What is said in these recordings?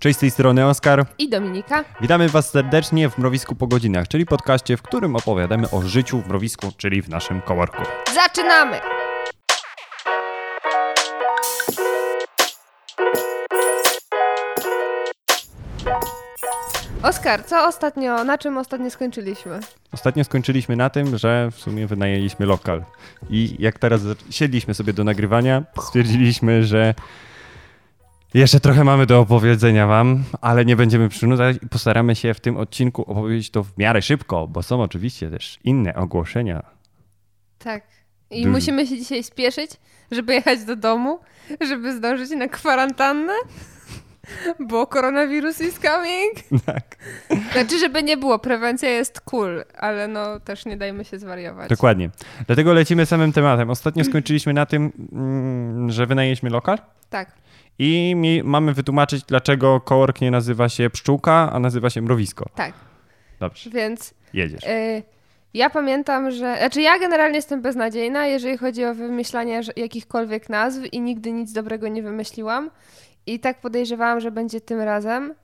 Cześć, z tej strony Oskar i Dominika. Witamy Was serdecznie w Mrowisku po godzinach, czyli podcaście, w którym opowiadamy o życiu w mrowisku, czyli w naszym coworku. Zaczynamy! Oskar, na czym ostatnio skończyliśmy? Ostatnio skończyliśmy na tym, że w sumie wynajęliśmy lokal. I jak teraz siedliśmy sobie do nagrywania, stwierdziliśmy, że jeszcze trochę mamy do opowiedzenia wam, ale nie będziemy przynudzać i postaramy się w tym odcinku opowiedzieć to w miarę szybko, bo są oczywiście też inne ogłoszenia. Tak. I musimy się dzisiaj spieszyć, żeby jechać do domu, żeby zdążyć na kwarantannę, bo koronawirus is coming. Tak. Znaczy, żeby nie było, prewencja jest cool, ale no też nie dajmy się zwariować. Dokładnie. Dlatego lecimy samym tematem. Ostatnio skończyliśmy na tym, że wynajęliśmy lokal. Tak. I mamy wytłumaczyć, dlaczego cowork nie nazywa się pszczółka, a nazywa się mrowisko. Tak. Dobrze. Więc jedziesz. Ja pamiętam, ja generalnie jestem beznadziejna, jeżeli chodzi o wymyślanie jakichkolwiek nazw i nigdy nic dobrego nie wymyśliłam. I tak podejrzewałam, że będzie tym razem.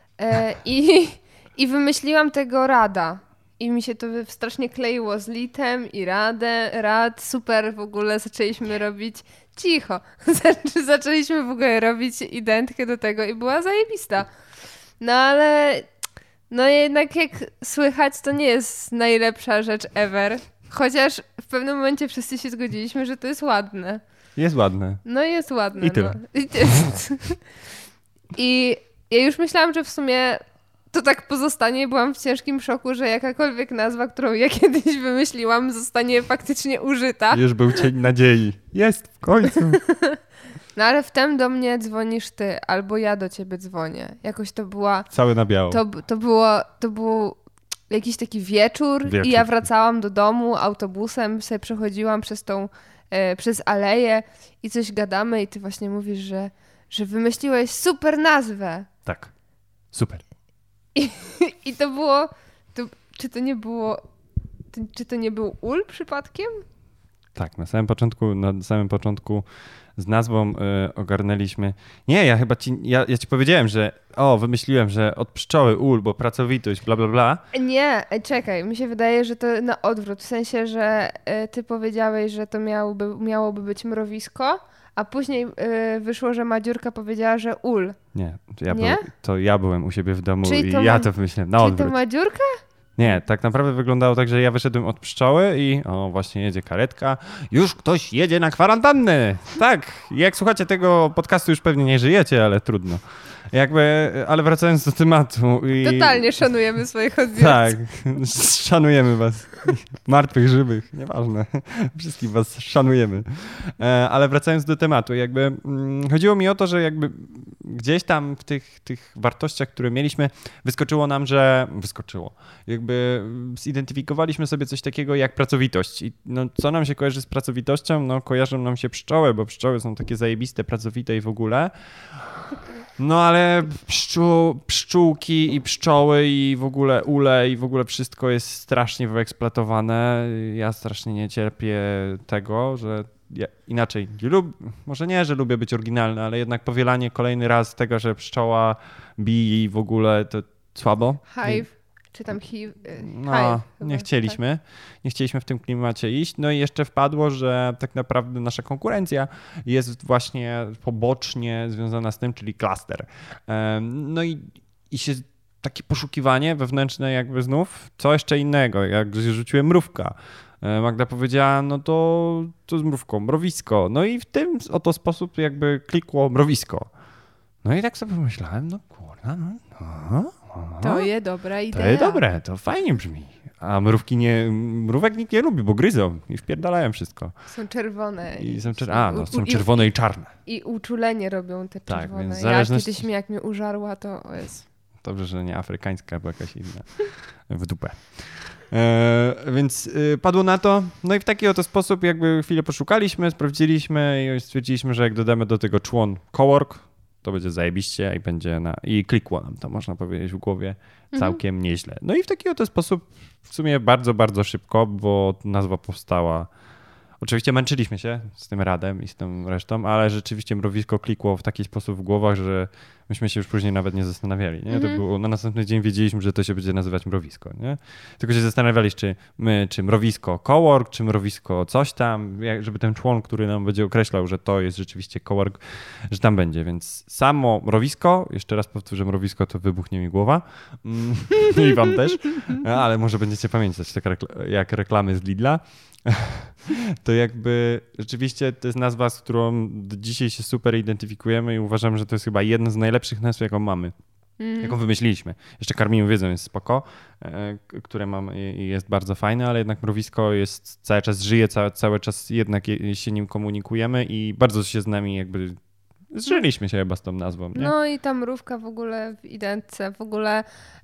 I wymyśliłam tego Rada. I mi się to strasznie kleiło z litem i rad, super w ogóle zaczęliśmy robić, cicho, zaczęliśmy w ogóle robić identkę do tego i była zajebista. No ale, no jednak jak słychać, to nie jest najlepsza rzecz ever. Chociaż w pewnym momencie wszyscy się zgodziliśmy, że to jest ładne. Jest ładne. No jest ładne. I tyle. No. I ja już myślałam, że w sumie to tak pozostanie. Byłam w ciężkim szoku, że jakakolwiek nazwa, którą ja kiedyś wymyśliłam, zostanie faktycznie użyta. Już był cień nadziei. Jest w końcu. No ale wtem do mnie dzwonisz ty, albo ja do ciebie dzwonię. Jakoś to była... Cały na biało. To był jakiś taki wieczór i ja wracałam do domu autobusem, sobie przechodziłam przez aleję i coś gadamy i ty właśnie mówisz, że wymyśliłeś super nazwę. Tak. Super. I to było... Czy to nie był ul przypadkiem? Tak, na samym początku z nazwą ogarnęliśmy... Nie, ja chyba ja ci powiedziałem, że wymyśliłem, że od pszczoły ul, bo pracowitość, bla, bla, bla. Nie, czekaj, mi się wydaje, że to na odwrót, w sensie, że ty powiedziałeś, że to miałoby być mrowisko, a później wyszło, że Madziurka powiedziała, że ul. Nie? Ja byłem u siebie w domu czyli i ja to wymyśliłem na odwrót. Czyli to Madziurka? Nie, tak naprawdę wyglądało tak, że ja wyszedłem od pszczoły i właśnie jedzie karetka. Już ktoś jedzie na kwarantannę. Tak, jak słuchacie tego podcastu, już pewnie nie żyjecie, ale trudno. Ale wracając do tematu. Totalnie szanujemy swoich odbiorców. Tak, szanujemy was. Martwych, żywych, nieważne. Wszystkich was szanujemy. Ale wracając do tematu, chodziło mi o to, że gdzieś tam w tych wartościach, które mieliśmy, wyskoczyło nam, zidentyfikowaliśmy sobie coś takiego jak pracowitość. I co nam się kojarzy z pracowitością? Kojarzą nam się pszczoły, bo pszczoły są takie zajebiste, pracowite i w ogóle. No ale pszczółki i pszczoły i w ogóle ule i w ogóle wszystko jest strasznie wyeksploatowane. Ja strasznie nie cierpię tego, że inaczej, może nie, że lubię być oryginalny, ale jednak powielanie kolejny raz tego, że pszczoła bije i w ogóle to słabo. Hive. Czy tam HIV? Nie chcieliśmy. Tak. Nie chcieliśmy w tym klimacie iść. No i jeszcze wpadło, że tak naprawdę nasza konkurencja jest właśnie pobocznie związana z tym, czyli klaster. No i się takie poszukiwanie wewnętrzne znów, co jeszcze innego, jak rzuciłem mrówka. Magda powiedziała, to z mrówką, mrowisko. No i w tym oto sposób klikło mrowisko. No i tak sobie myślałem, to jest dobra idea. To jest dobre, to fajnie brzmi. A mrówek nikt nie lubi, bo gryzą i wpierdalają wszystko. Są czerwone. Są czerwone i czarne. I uczulenie robią te czerwone. Tak, więc zależność... Kiedyś jak mnie użarła, to jest... Dobrze, że nie afrykańska, bo jakaś inna. W dupę. Więc padło na to. No i w taki oto sposób chwilę poszukaliśmy, sprawdziliśmy i stwierdziliśmy, że jak dodamy do tego człon cowork, to będzie zajebiście i klikło nam to, można powiedzieć, w głowie całkiem nieźle. No i w taki oto sposób w sumie bardzo, bardzo szybko, bo nazwa powstała Oczywiście męczyliśmy się z tym radem i z tą resztą, ale rzeczywiście mrowisko klikło w taki sposób w głowach, że myśmy się już później nawet nie zastanawiali. Nie? To było, na następny dzień wiedzieliśmy, że to się będzie nazywać mrowisko. Nie? Tylko się zastanawialiśmy, czy mrowisko cowork, czy mrowisko coś tam, żeby ten człon, który nam będzie określał, że to jest rzeczywiście cowork, że tam będzie. Więc samo mrowisko, jeszcze raz powtórzę, mrowisko to wybuchnie mi głowa i wam też, ale może będziecie pamiętać, tak jak reklamy z Lidla. To jakby rzeczywiście to jest nazwa, z którą dzisiaj się super identyfikujemy i uważam, że to jest chyba jedna z najlepszych nazw, jaką mamy. Jaką wymyśliliśmy. Jeszcze karmimy wiedzą jest spoko, które mam i jest bardzo fajne, ale jednak mrowisko jest cały czas żyje, cały czas jednak się nim komunikujemy i bardzo się z nami jakby zżyliśmy się chyba z tą nazwą. Nie? No i ta mrówka w ogóle w identce, w ogóle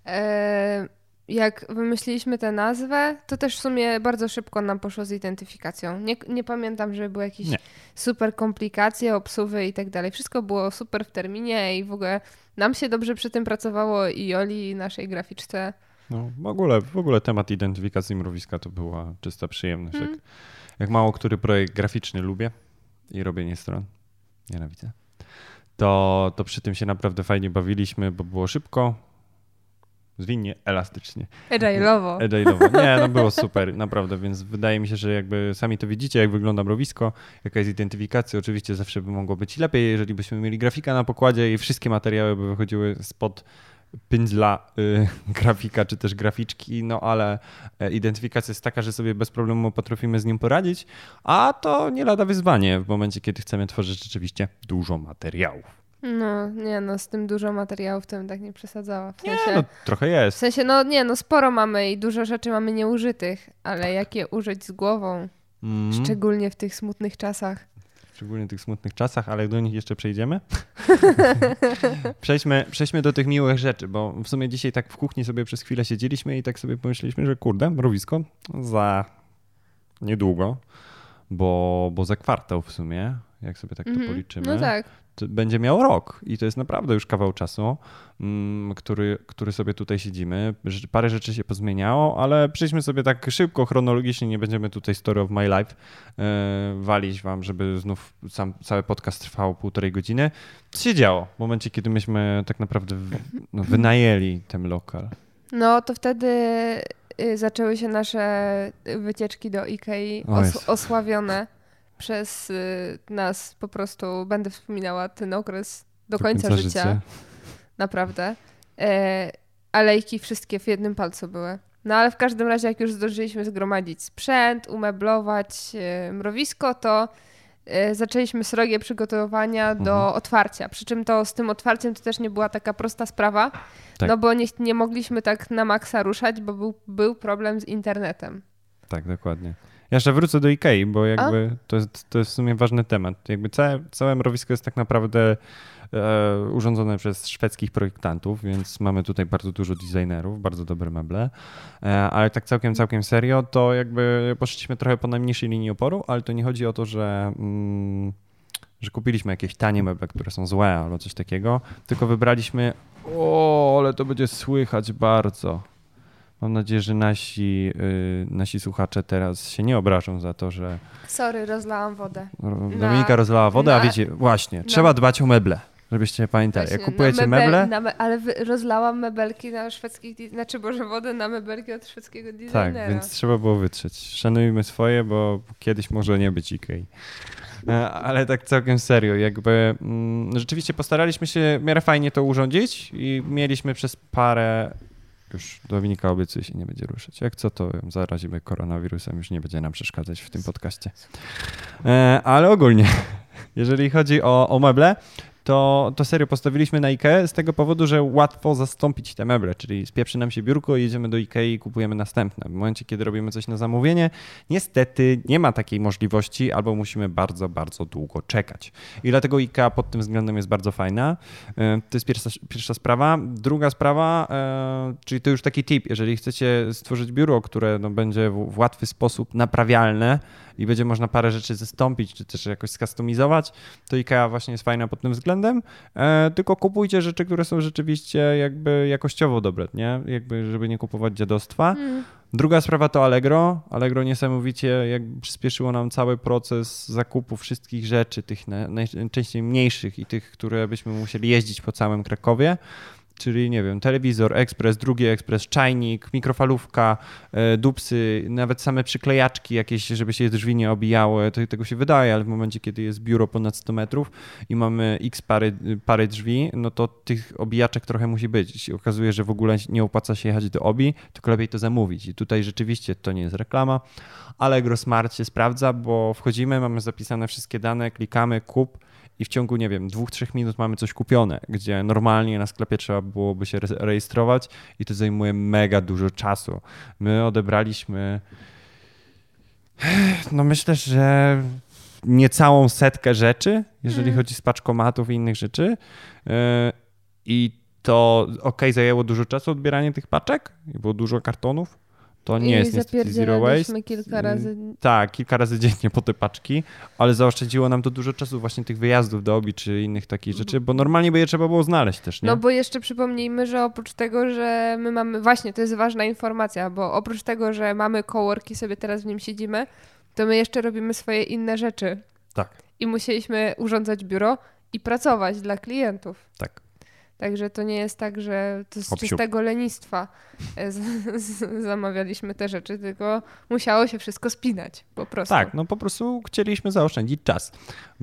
jak wymyśliliśmy tę nazwę, to też w sumie bardzo szybko nam poszło z identyfikacją. Nie pamiętam, żeby były jakieś super komplikacje, obsuwy i tak dalej. Wszystko było super w terminie i w ogóle nam się dobrze przy tym pracowało i Oli, i naszej graficzce. No w ogóle temat identyfikacji mrowiska to była czysta przyjemność. Jak mało który projekt graficzny lubię i robienie stron, nienawidzę, to przy tym się naprawdę fajnie bawiliśmy, bo było szybko, zwinnie, elastycznie. Agile'owo. Nie, no było super, naprawdę, więc wydaje mi się, że jakby sami to widzicie, jak wygląda mrowisko, jaka jest identyfikacja. Oczywiście zawsze by mogło być lepiej, jeżeli byśmy mieli grafika na pokładzie i wszystkie materiały by wychodziły spod pędzla grafika czy też graficzki, no ale identyfikacja jest taka, że sobie bez problemu potrafimy z nim poradzić, a to nie lada wyzwanie w momencie, kiedy chcemy tworzyć rzeczywiście dużo materiałów. No, z tym dużo materiałów to bym tak nie przesadzała. W sensie, no trochę jest. W sensie, sporo mamy i dużo rzeczy mamy nieużytych, ale jak je użyć z głową, szczególnie w tych smutnych czasach. Szczególnie w tych smutnych czasach, ale do nich jeszcze przejdziemy. Przejdźmy do tych miłych rzeczy, bo w sumie dzisiaj tak w kuchni sobie przez chwilę siedzieliśmy i tak sobie pomyśleliśmy, że kurde, mrowisko za niedługo, bo za kwartał w sumie, jak sobie tak to policzymy. No tak. Będzie miał rok i to jest naprawdę już kawał czasu, który sobie tutaj siedzimy. Parę rzeczy się pozmieniało, ale przejdźmy sobie tak szybko, chronologicznie, nie będziemy tutaj story of my life walić wam, żeby znów cały podcast trwał 1,5 godziny. Co się działo w momencie, kiedy myśmy tak naprawdę wynajęli ten lokal? No to wtedy zaczęły się nasze wycieczki do Ikei osławione przez nas. Po prostu będę wspominała ten okres do końca życia. Naprawdę. Alejki wszystkie w jednym palcu były. No ale w każdym razie, jak już zdążyliśmy zgromadzić sprzęt, umeblować mrowisko, to zaczęliśmy srogie przygotowania do otwarcia. Przy czym to z tym otwarciem to też nie była taka prosta sprawa, no bo nie mogliśmy tak na maksa ruszać, bo był problem z internetem. Tak, dokładnie. Ja jeszcze wrócę do Ikei, bo jakby to jest w sumie ważny temat. Jakby całe mrowisko jest tak naprawdę urządzone przez szwedzkich projektantów, więc mamy tutaj bardzo dużo designerów, bardzo dobre meble, ale tak całkiem serio, to jakby poszliśmy trochę po najmniejszej linii oporu, ale to nie chodzi o to, że kupiliśmy jakieś tanie meble, które są złe albo coś takiego, tylko wybraliśmy, ale to będzie słychać bardzo. Mam nadzieję, że nasi słuchacze teraz się nie obrażą za to, że... Sorry, rozlałam wodę. Dominika rozlała wodę, a wiecie, właśnie, trzeba dbać o meble, żebyście pamiętali. Właśnie, jak kupujecie meble... ale rozlałam mebelki na szwedzkich... wodę na mebelki od szwedzkiego designera. Tak, więc trzeba było wytrzeć. Szanujmy swoje, bo kiedyś może nie być Ikei. Ale tak całkiem serio, jakby rzeczywiście postaraliśmy się w miarę fajnie to urządzić i mieliśmy przez parę... Już Dominika obiecuje się nie będzie ruszać. Jak co, to ją zarazimy koronawirusem, już nie będzie nam przeszkadzać w tym podcaście. Ale ogólnie, jeżeli chodzi o meble, to serio postawiliśmy na Ikea z tego powodu, że łatwo zastąpić te meble, czyli spieprzy nam się biurko, jedziemy do Ikei i kupujemy następne. W momencie, kiedy robimy coś na zamówienie, niestety nie ma takiej możliwości albo musimy bardzo, bardzo długo czekać. I dlatego Ikea pod tym względem jest bardzo fajna. To jest pierwsza sprawa. Druga sprawa, czyli to już taki tip, jeżeli chcecie stworzyć biuro, które będzie w łatwy sposób naprawialne i będzie można parę rzeczy zastąpić, czy też jakoś skustomizować, to Ikea właśnie jest fajna pod tym względem, tylko kupujcie rzeczy, które są rzeczywiście jakby jakościowo dobre, nie? Jakby, żeby nie kupować dziadostwa. Druga sprawa to Allegro. Allegro niesamowicie jakby przyspieszyło nam cały proces zakupu wszystkich rzeczy, tych najczęściej mniejszych i tych, które byśmy musieli jeździć po całym Krakowie. Czyli, nie wiem, telewizor, ekspres, drugi ekspres, czajnik, mikrofalówka, dupsy, nawet same przyklejaczki jakieś, żeby się drzwi nie obijały. Tego się wydaje, ale w momencie, kiedy jest biuro ponad 100 metrów i mamy x pary drzwi, no to tych obijaczek trochę musi być. I się okazuje, że w ogóle nie opłaca się jechać do Obi, tylko lepiej to zamówić. I tutaj rzeczywiście to nie jest reklama. Allegro Smart się sprawdza, bo wchodzimy, mamy zapisane wszystkie dane, klikamy, kup. I w ciągu, nie wiem, 2-3 minut mamy coś kupione, gdzie normalnie na sklepie trzeba byłoby się rejestrować i to zajmuje mega dużo czasu. My odebraliśmy, no myślę, że niecałą setkę rzeczy, jeżeli chodzi z paczkomatów i innych rzeczy. I to zajęło dużo czasu odbieranie tych paczek, było dużo kartonów. To nie jest niestety zero waste. Kilka razy. Tak, kilka razy dziennie po te paczki, ale zaoszczędziło nam to dużo czasu właśnie tych wyjazdów do Obi czy innych takich rzeczy, bo normalnie by je trzeba było znaleźć też, nie? No bo jeszcze przypomnijmy, że oprócz tego, że my mamy, właśnie to jest ważna informacja, bo oprócz tego, że mamy cowork i sobie teraz w nim siedzimy, to my jeszcze robimy swoje inne rzeczy. Tak. I musieliśmy urządzać biuro i pracować dla klientów. Tak. Także to nie jest tak, że to z czystego lenistwa zamawialiśmy te rzeczy, tylko musiało się wszystko spinać po prostu. Tak, no po prostu chcieliśmy zaoszczędzić czas.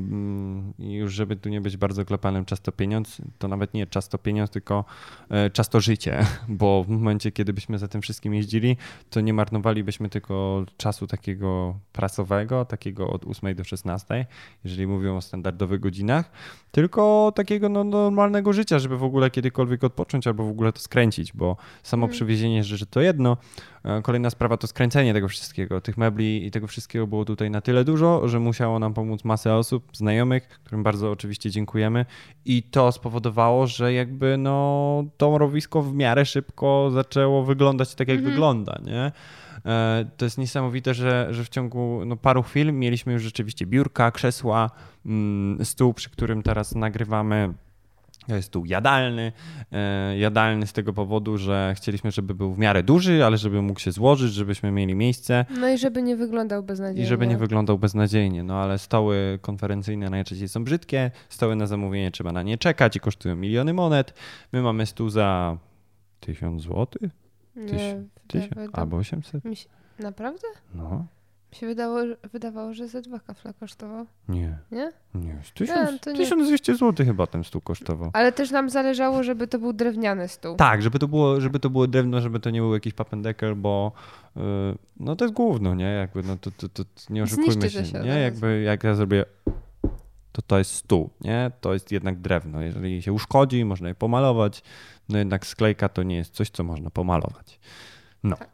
I już żeby tu nie być bardzo klepanym, czas to pieniądz, to nawet nie czas to pieniądz, tylko czas to życie, bo w momencie, kiedy byśmy za tym wszystkim jeździli, to nie marnowalibyśmy tylko czasu takiego pracowego, takiego od 8 do 16, jeżeli mówią o standardowych godzinach, tylko takiego normalnego życia, żeby w ogóle kiedykolwiek odpocząć albo w ogóle to skręcić, bo samo przywiezienie rzeczy to jedno. Kolejna sprawa to skręcenie tego wszystkiego. Tych mebli i tego wszystkiego było tutaj na tyle dużo, że musiało nam pomóc masę osób, znajomych, którym bardzo oczywiście dziękujemy i to spowodowało, że jakby to mrowisko w miarę szybko zaczęło wyglądać tak, jak wygląda, nie? To jest niesamowite, że w ciągu paru chwil mieliśmy już rzeczywiście biurka, krzesła, stół, przy którym teraz nagrywamy. To jest stół jadalny. Jadalny z tego powodu, że chcieliśmy, żeby był w miarę duży, ale żeby mógł się złożyć, żebyśmy mieli miejsce. No i żeby nie wyglądał beznadziejnie. No ale stoły konferencyjne najczęściej są brzydkie, stoły na zamówienie trzeba na nie czekać i kosztują miliony monet. My mamy stół za 1000 zł? Nie, 1000 albo 800. Naprawdę? No. Mi się wydawało, że ze 2 kafle kosztował. Nie. Nie? Nie, 1200 zł chyba ten stół kosztował. Ale też nam zależało, żeby to był drewniany stół. Tak, żeby to było drewno, żeby to nie był jakiś papendekel, bo to jest gówno, nie? Jakby, to nie oszukujmy się, nie? Jakby jak ja zrobię, to jest stół, nie? To jest jednak drewno. Jeżeli się uszkodzi, można je pomalować, no jednak sklejka to nie jest coś, co można pomalować. No. Tak.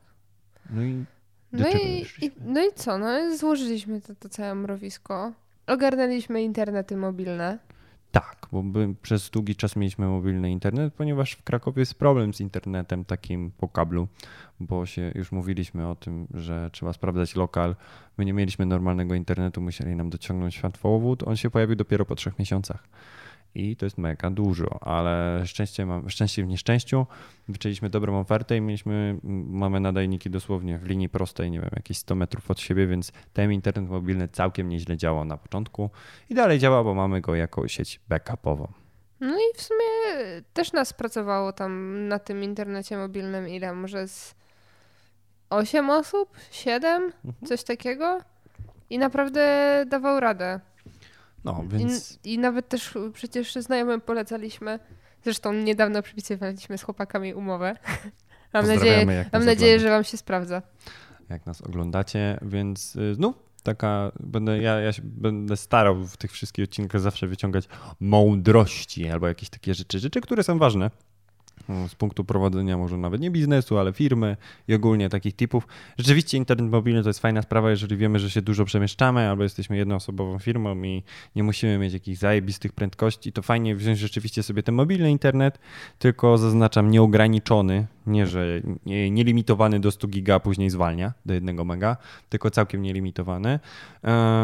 No i co? No złożyliśmy to całe mrowisko. Ogarnęliśmy internety mobilne. Tak, bo przez długi czas mieliśmy mobilny internet, ponieważ w Krakowie jest problem z internetem takim po kablu, bo już mówiliśmy o tym, że trzeba sprawdzać lokal. My nie mieliśmy normalnego internetu, musieli nam dociągnąć światłowód. On się pojawił dopiero po 3 miesiącach. I to jest mega dużo, ale szczęście w nieszczęściu. Wyczęliśmy dobrą ofertę i mamy nadajniki dosłownie w linii prostej, nie wiem, jakieś 100 metrów od siebie, więc ten internet mobilny całkiem nieźle działał na początku i dalej działa, bo mamy go jako sieć backupową. No i w sumie też nas pracowało tam na tym internecie mobilnym ile? Może z 8 osób? 7? Coś takiego? I naprawdę dawał radę. No, więc... I nawet też przecież znajomym polecaliśmy, zresztą niedawno przypisywaliśmy z chłopakami umowę. Mam nadzieję, że wam się sprawdza. Jak nas oglądacie, więc ja się będę starał w tych wszystkich odcinkach zawsze wyciągać mądrości albo jakieś takie rzeczy, które są ważne. Z punktu prowadzenia może nawet nie biznesu, ale firmy i ogólnie takich typów. Rzeczywiście internet mobilny to jest fajna sprawa, jeżeli wiemy, że się dużo przemieszczamy albo jesteśmy jednoosobową firmą i nie musimy mieć jakichś zajebistych prędkości, to fajnie wziąć rzeczywiście sobie ten mobilny internet, tylko zaznaczam nieograniczony, nie że nielimitowany do 100 giga, a później zwalnia do 1 mega, tylko całkiem nielimitowany.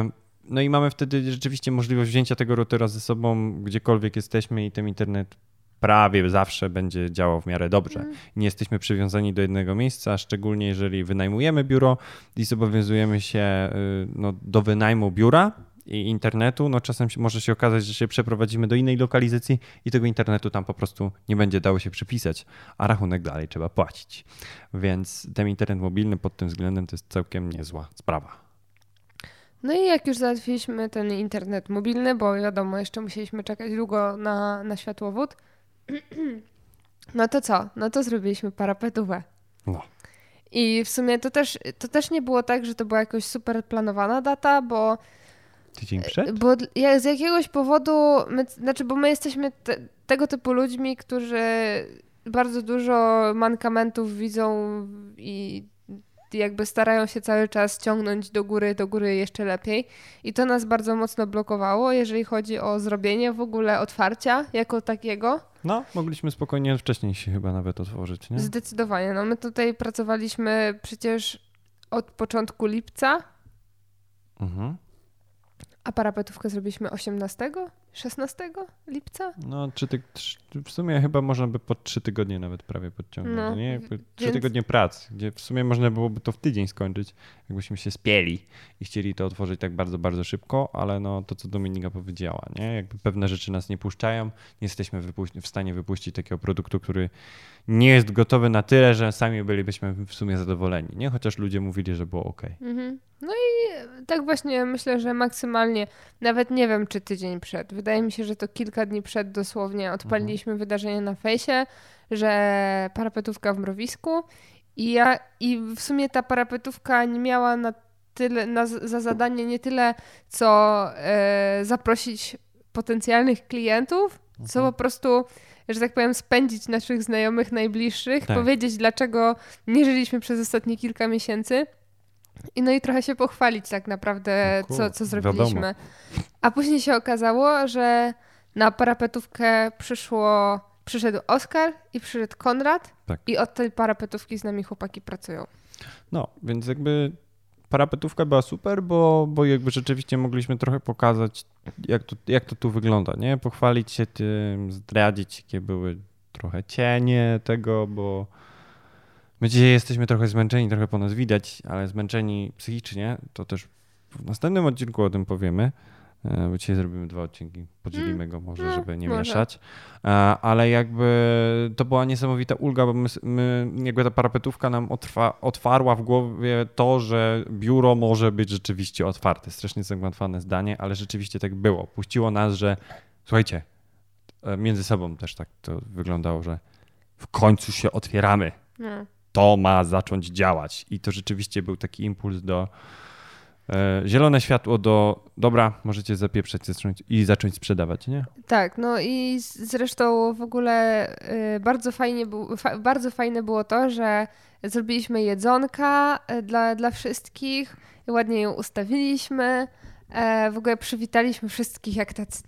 No i mamy wtedy rzeczywiście możliwość wzięcia tego routera ze sobą, gdziekolwiek jesteśmy i ten internet prawie zawsze będzie działał w miarę dobrze. Nie jesteśmy przywiązani do jednego miejsca, szczególnie jeżeli wynajmujemy biuro i zobowiązujemy się do wynajmu biura i internetu, no czasem może się okazać, że się przeprowadzimy do innej lokalizacji i tego internetu tam po prostu nie będzie dało się przypisać, a rachunek dalej trzeba płacić. Więc ten internet mobilny pod tym względem to jest całkiem niezła sprawa. No i jak już załatwiliśmy ten internet mobilny, bo wiadomo, jeszcze musieliśmy czekać długo na światłowód, no to co? No to zrobiliśmy parapetówę. No. I w sumie to też nie było tak, że to była jakoś super planowana data, bo tydzień przed? Bo z jakiegoś powodu, bo my jesteśmy tego typu ludźmi, którzy bardzo dużo mankamentów widzą i jakby starają się cały czas ciągnąć do góry jeszcze lepiej. I to nas bardzo mocno blokowało, jeżeli chodzi o zrobienie w ogóle otwarcia jako takiego. No, mogliśmy spokojnie wcześniej się chyba nawet otworzyć, nie? Zdecydowanie. No my tutaj pracowaliśmy przecież od początku lipca. A parapetówkę zrobiliśmy 18? 16 lipca? No, w sumie chyba można by po 3 tygodnie nawet prawie podciągnąć. No, nie? Jakby 3 tygodnie pracy, gdzie w sumie można byłoby to w tydzień skończyć, jakbyśmy się spieli i chcieli to otworzyć tak bardzo, bardzo szybko, ale no to, co Dominika powiedziała, nie? Jakby pewne rzeczy nas nie puszczają, nie jesteśmy w stanie wypuścić takiego produktu, który nie jest gotowy na tyle, że sami bylibyśmy w sumie zadowoleni, nie? Chociaż ludzie mówili, że było okej. No i tak właśnie myślę, że maksymalnie, nawet nie wiem, czy tydzień przed. Wydaje mi się, że to kilka dni przed dosłownie odpaliliśmy wydarzenie na fejsie, że parapetówka w Mrowisku i w sumie ta parapetówka nie miała na tyle, za zadanie nie tyle, co zaprosić potencjalnych klientów, co po prostu, że tak powiem, spędzić naszych znajomych, najbliższych, powiedzieć, dlaczego nie żyliśmy przez ostatnie kilka miesięcy. No i trochę się pochwalić tak naprawdę, co zrobiliśmy. Wiadomo. A później się okazało, że na parapetówkę przyszedł Oskar i przyszedł Konrad i od tej parapetówki z nami chłopaki pracują. No, więc jakby parapetówka była super, bo jakby rzeczywiście mogliśmy trochę pokazać, jak to tu wygląda, nie? Pochwalić się tym, zdradzić, jakie były trochę cienie tego, bo my dzisiaj jesteśmy trochę zmęczeni, trochę po nas widać, ale zmęczeni psychicznie, to też w następnym odcinku o tym powiemy, bo dzisiaj zrobimy 2 odcinki, podzielimy go może, żeby nie mieszać, ale jakby to była niesamowita ulga, bo my jakby ta parapetówka nam otwarła w głowie to, że biuro może być rzeczywiście otwarte. Strasznie zagmatwane zdanie, ale rzeczywiście tak było. Puściło nas, że słuchajcie, między sobą też tak to wyglądało, że w końcu się otwieramy. To ma zacząć działać. I to rzeczywiście był taki impuls do zielone światło do dobra, możecie zapieprzać i zacząć sprzedawać, nie? Tak, no i zresztą w ogóle bardzo fajne było to, że zrobiliśmy jedzonka dla wszystkich, ładnie ją ustawiliśmy. W ogóle przywitaliśmy wszystkich jak tacy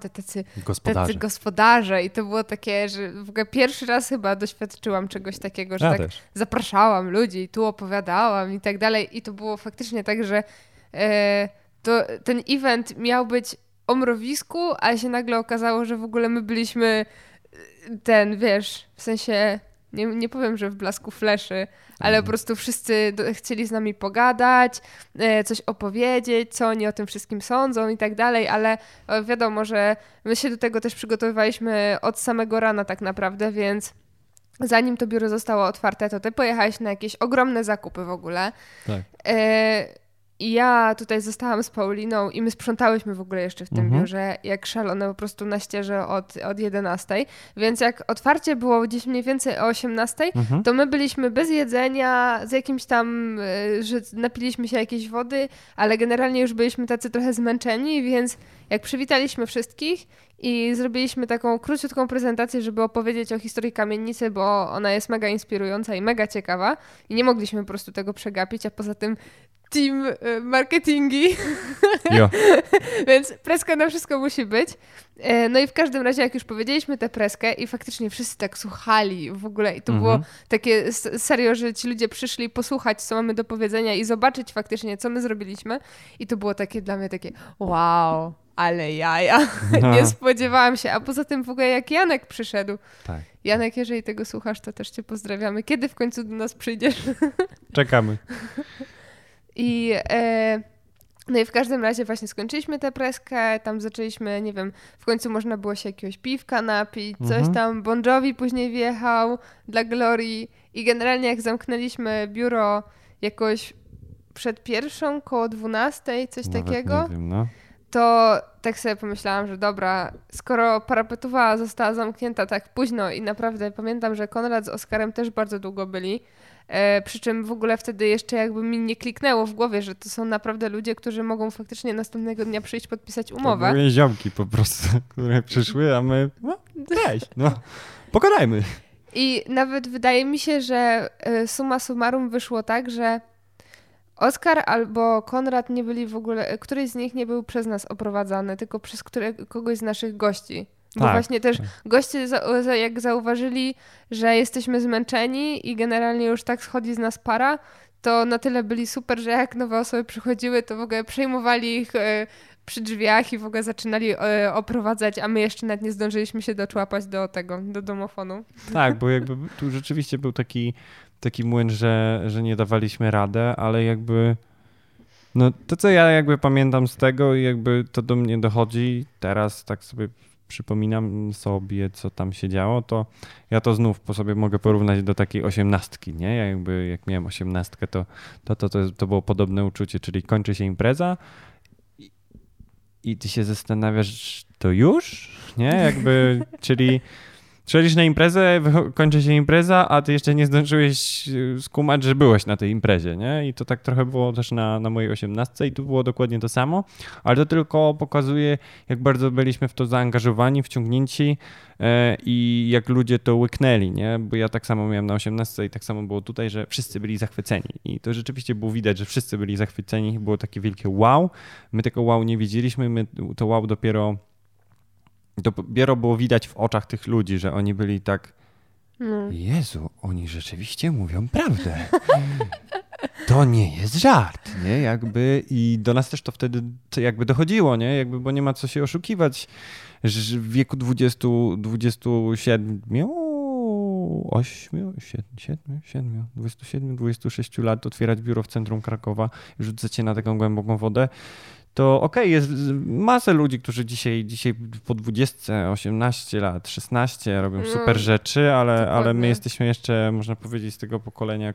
gospodarze i to było takie, że w ogóle pierwszy raz chyba doświadczyłam czegoś takiego, że też zapraszałam ludzi i tu opowiadałam i tak dalej i to było faktycznie tak, że ten event miał być o Mrowisku, ale się nagle okazało, że w ogóle my byliśmy w sensie nie powiem, że w blasku fleszy, ale po prostu wszyscy chcieli z nami pogadać, coś opowiedzieć, co oni o tym wszystkim sądzą i tak dalej, ale wiadomo, że my się do tego też przygotowywaliśmy od samego rana tak naprawdę, więc zanim to biuro zostało otwarte, to ty pojechałeś na jakieś ogromne zakupy w ogóle. Tak. I ja tutaj zostałam z Pauliną i my sprzątałyśmy w ogóle jeszcze w tym biurze, jak szalone po prostu na ścieżę od 11. Więc jak otwarcie było gdzieś mniej więcej o 18, to my byliśmy bez jedzenia, z jakimś tam, że napiliśmy się jakiejś wody, ale generalnie już byliśmy tacy trochę zmęczeni, więc jak przywitaliśmy wszystkich i zrobiliśmy taką króciutką prezentację, żeby opowiedzieć o historii kamienicy, bo ona jest mega inspirująca i mega ciekawa i nie mogliśmy po prostu tego przegapić, a poza tym team marketingi, więc preska na wszystko musi być. No i w każdym razie, jak już powiedzieliśmy tę preskę i faktycznie wszyscy tak słuchali w ogóle i to było takie serio, że ci ludzie przyszli posłuchać, co mamy do powiedzenia i zobaczyć faktycznie, co my zrobiliśmy i to było takie dla mnie takie wow, ale jaja. No. Nie spodziewałam się. A poza tym w ogóle jak Janek przyszedł. Tak. Janek, jeżeli tego słuchasz, to też cię pozdrawiamy. Kiedy w końcu do nas przyjdziesz? Czekamy. No i w każdym razie właśnie skończyliśmy tę preskę, tam zaczęliśmy, nie wiem, w końcu można było się jakiegoś piwka napić, coś tam. Bon Jovi później wjechał dla Glorii i generalnie jak zamknęliśmy biuro jakoś przed pierwszą, koło 12, coś Nawet takiego, nie wiem, no. to tak sobie pomyślałam, że dobra, skoro parapetowa została zamknięta tak późno i naprawdę pamiętam, że Konrad z Oskarem też bardzo długo byli, przy czym w ogóle wtedy jeszcze jakby mi nie kliknęło w głowie, że to są naprawdę ludzie, którzy mogą faktycznie następnego dnia przyjść podpisać umowę. To były ziomki po prostu, które przyszły, a my, no cześć, no pogadajmy. I nawet wydaje mi się, że summa summarum wyszło tak, że Oskar albo Konrad nie byli w ogóle, któryś z nich nie był przez nas oprowadzany, tylko przez kogoś z naszych gości. Bo Tak, właśnie też tak. goście jak zauważyli, że jesteśmy zmęczeni i generalnie już tak schodzi z nas para, to na tyle byli super, że jak nowe osoby przychodziły, to w ogóle przejmowali ich przy drzwiach i w ogóle zaczynali oprowadzać, a my jeszcze nawet nie zdążyliśmy się doczłapać do domofonu. Tak, bo jakby tu rzeczywiście był taki młyn, że nie dawaliśmy radę, ale jakby no to, co ja jakby pamiętam z tego i jakby to do mnie dochodzi teraz, tak sobie przypominam sobie, co tam się działo, to ja to znów po sobie mogę porównać do takiej 18, nie? Ja jakby jak miałem 18, to było podobne uczucie, czyli kończy się impreza i ty się zastanawiasz, to już? Nie? Jakby, czyli przychodzisz na imprezę, kończy się impreza, a ty jeszcze nie zdążyłeś skumać, że byłeś na tej imprezie, nie? I to tak trochę było też na mojej 18 i tu było dokładnie to samo, ale to tylko pokazuje, jak bardzo byliśmy w to zaangażowani, wciągnięci i jak ludzie to łyknęli, nie? Bo ja tak samo miałem na 18 i tak samo było tutaj, że wszyscy byli zachwyceni i to rzeczywiście było widać, że wszyscy byli zachwyceni, było takie wielkie wow. My tego wow nie widzieliśmy, my to wow dopiero było widać w oczach tych ludzi, że oni byli tak, Jezu, oni rzeczywiście mówią prawdę. To nie jest żart, nie? Jakby i do nas też to wtedy jakby dochodziło, nie? Jakby, bo nie ma co się oszukiwać, że w wieku 27, 26 lat otwierać biuro w centrum Krakowa i rzucać się na taką głęboką wodę, to okej, jest masę ludzi, którzy dzisiaj po 20, 18 lat, 16 robią super rzeczy, ale my jesteśmy jeszcze, można powiedzieć, z tego pokolenia,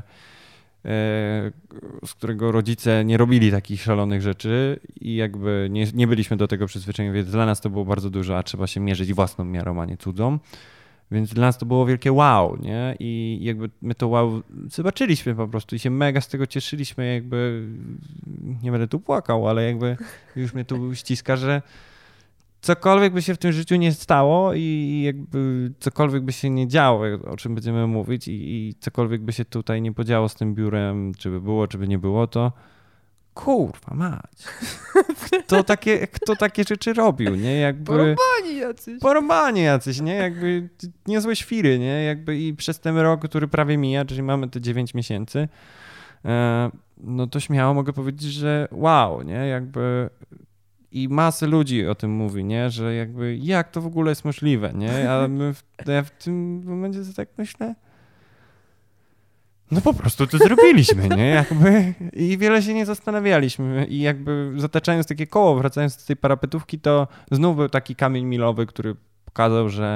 z którego rodzice nie robili takich szalonych rzeczy i jakby nie byliśmy do tego przyzwyczajeni, więc dla nas to było bardzo dużo, a trzeba się mierzyć własną miarą, a nie cudzą. Więc dla nas to było wielkie wow, nie? I jakby my to wow zobaczyliśmy po prostu i się mega z tego cieszyliśmy, jakby nie będę tu płakał, ale jakby już mnie tu ściska, że cokolwiek by się w tym życiu nie stało i jakby cokolwiek by się nie działo, o czym będziemy mówić i cokolwiek by się tutaj nie podziało z tym biurem, czy by było, czy by nie było, to kurwa mać. Kto takie rzeczy robił, nie? Jakby porobani jacyś, nie? Jakby niezłe świry, nie? Jakby i przez ten rok, który prawie mija, czyli mamy te 9 miesięcy, no to śmiało mogę powiedzieć, że wow, nie? Jakby i masę ludzi o tym mówi, nie? Że jakby jak to w ogóle jest możliwe, nie? A ja w tym momencie tak myślę, no po prostu to zrobiliśmy, nie? Jakby i wiele się nie zastanawialiśmy i jakby zataczając takie koło, wracając do tej parapetówki, to znów był taki kamień milowy, który pokazał, że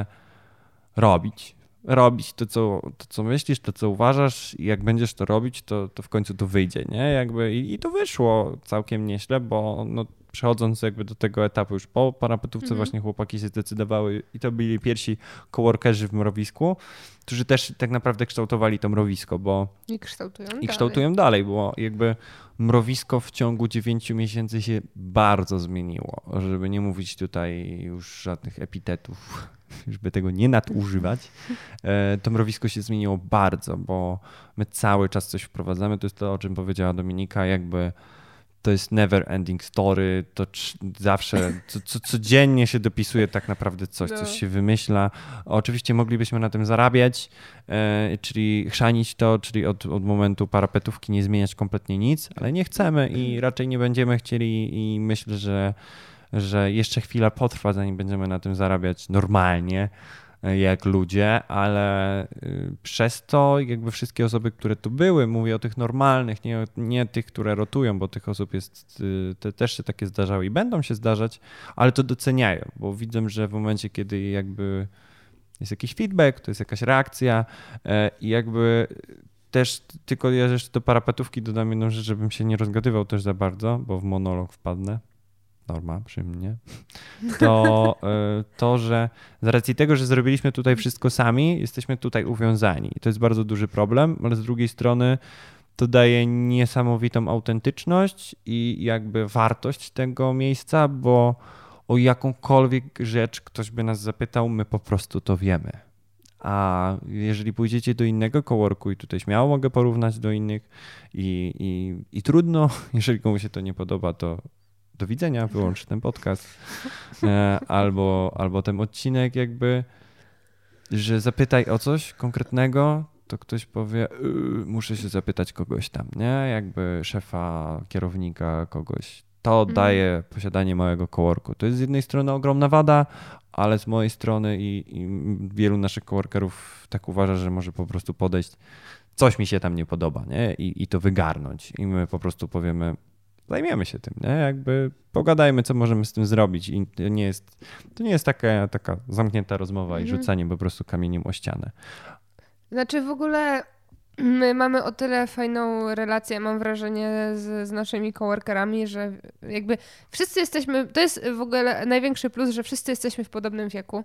robić to, co myślisz, to, co uważasz i jak będziesz to robić, to w końcu to wyjdzie, nie? Jakby i to wyszło całkiem nieźle, bo no, przechodząc jakby do tego etapu już po parapetówce właśnie chłopaki się zdecydowały i to byli pierwsi coworkerzy w Mrowisku, którzy też tak naprawdę kształtowali to Mrowisko, bo I kształtują dalej, bo jakby Mrowisko w ciągu 9 miesięcy się bardzo zmieniło, żeby nie mówić tutaj już żadnych epitetów, żeby tego nie nadużywać. To Mrowisko się zmieniło bardzo, bo my cały czas coś wprowadzamy, to jest to, o czym powiedziała Dominika, jakby to jest never ending story, to zawsze, codziennie się dopisuje tak naprawdę coś się wymyśla. Oczywiście moglibyśmy na tym zarabiać, czyli chrzanić to, czyli od momentu parapetówki nie zmieniać kompletnie nic, ale nie chcemy i raczej nie będziemy chcieli i myślę, że że jeszcze chwila potrwa, zanim będziemy na tym zarabiać normalnie, jak ludzie, ale przez to jakby wszystkie osoby, które tu były, mówię o tych normalnych, nie tych, które rotują, bo tych osób jest, też się takie zdarzały i będą się zdarzać, ale to doceniają, bo widzę, że w momencie, kiedy jakby jest jakiś feedback, to jest jakaś reakcja i jakby też tylko ja jeszcze do parapetówki dodam jedną rzecz, żebym się nie rozgadywał też za bardzo, bo w monolog wpadnę. Norma przy mnie, to, że z racji tego, że zrobiliśmy tutaj wszystko sami, jesteśmy tutaj uwiązani. I to jest bardzo duży problem, ale z drugiej strony to daje niesamowitą autentyczność i jakby wartość tego miejsca, bo o jakąkolwiek rzecz ktoś by nas zapytał, my po prostu to wiemy. A jeżeli pójdziecie do innego coworku i tutaj śmiało mogę porównać do innych i trudno, jeżeli komuś się to nie podoba, to do widzenia, wyłącz ten podcast albo ten odcinek jakby, że zapytaj o coś konkretnego, to ktoś powie, muszę się zapytać kogoś tam, nie? Jakby szefa, kierownika, kogoś. To daje posiadanie małego coworku. To jest z jednej strony ogromna wada, ale z mojej strony i wielu naszych coworkerów tak uważa, że może po prostu podejść, coś mi się tam nie podoba, nie? I to wygarnąć. I my po prostu powiemy, zajmiemy się tym, nie? Jakby pogadajmy, co możemy z tym zrobić. I to nie jest taka zamknięta rozmowa i rzucanie po prostu kamieniem o ścianę. Znaczy w ogóle my mamy o tyle fajną relację, mam wrażenie, z naszymi coworkerami, że jakby wszyscy jesteśmy, to jest w ogóle największy plus, że wszyscy jesteśmy w podobnym wieku.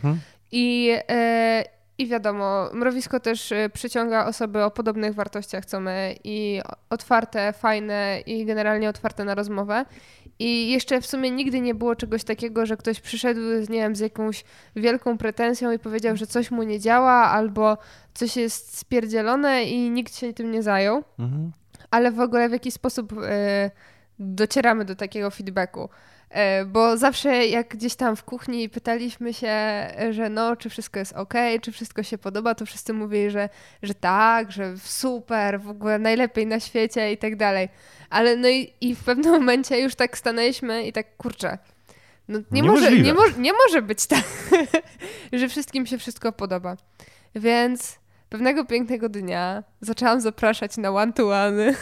I wiadomo, mrowisko też przyciąga osoby o podobnych wartościach co my i otwarte, fajne i generalnie otwarte na rozmowę. I jeszcze w sumie nigdy nie było czegoś takiego, że ktoś przyszedł, nie wiem, z jakąś wielką pretensją i powiedział, że coś mu nie działa albo coś jest spierdzielone i nikt się tym nie zajął. Ale w ogóle w jaki sposób docieramy do takiego feedbacku? Bo zawsze jak gdzieś tam w kuchni pytaliśmy się, że no, czy wszystko jest okej, czy wszystko się podoba, to wszyscy mówili, że tak, że super, w ogóle najlepiej na świecie i tak dalej. Ale no i w pewnym momencie już tak stanęliśmy i tak, kurczę, no nie może być tak, że wszystkim się wszystko podoba. Więc pewnego pięknego dnia zaczęłam zapraszać na one-to-one.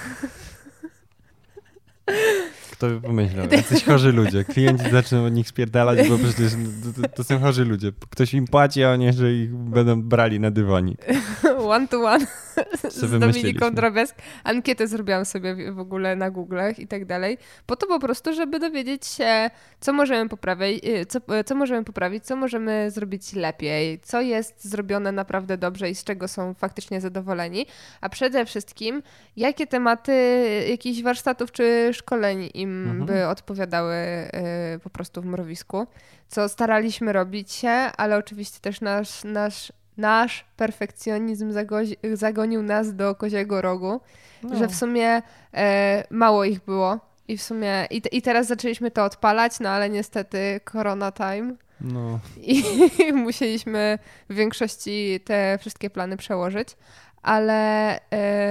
Kto by pomyślał? Jacyś chorzy ludzie. Klienci zaczną od nich spierdalać, bo przecież to są chorzy ludzie. Ktoś im płaci, a nie, że ich będą brali na dywanik. One to one z Dominiką Drobiazg. Ankietę zrobiłam sobie w ogóle na Google'ach i tak dalej. Po to po prostu, żeby dowiedzieć się, co możemy poprawić, co możemy zrobić lepiej, co jest zrobione naprawdę dobrze i z czego są faktycznie zadowoleni. A przede wszystkim, jakie tematy jakichś warsztatów czy szkoleń im by odpowiadały po prostu w mrowisku. Co staraliśmy robić się, ale oczywiście też nasz perfekcjonizm zagonił nas do koziego rogu, że w sumie mało ich było i w sumie i teraz zaczęliśmy to odpalać, no ale niestety corona time i musieliśmy w większości te wszystkie plany przełożyć, ale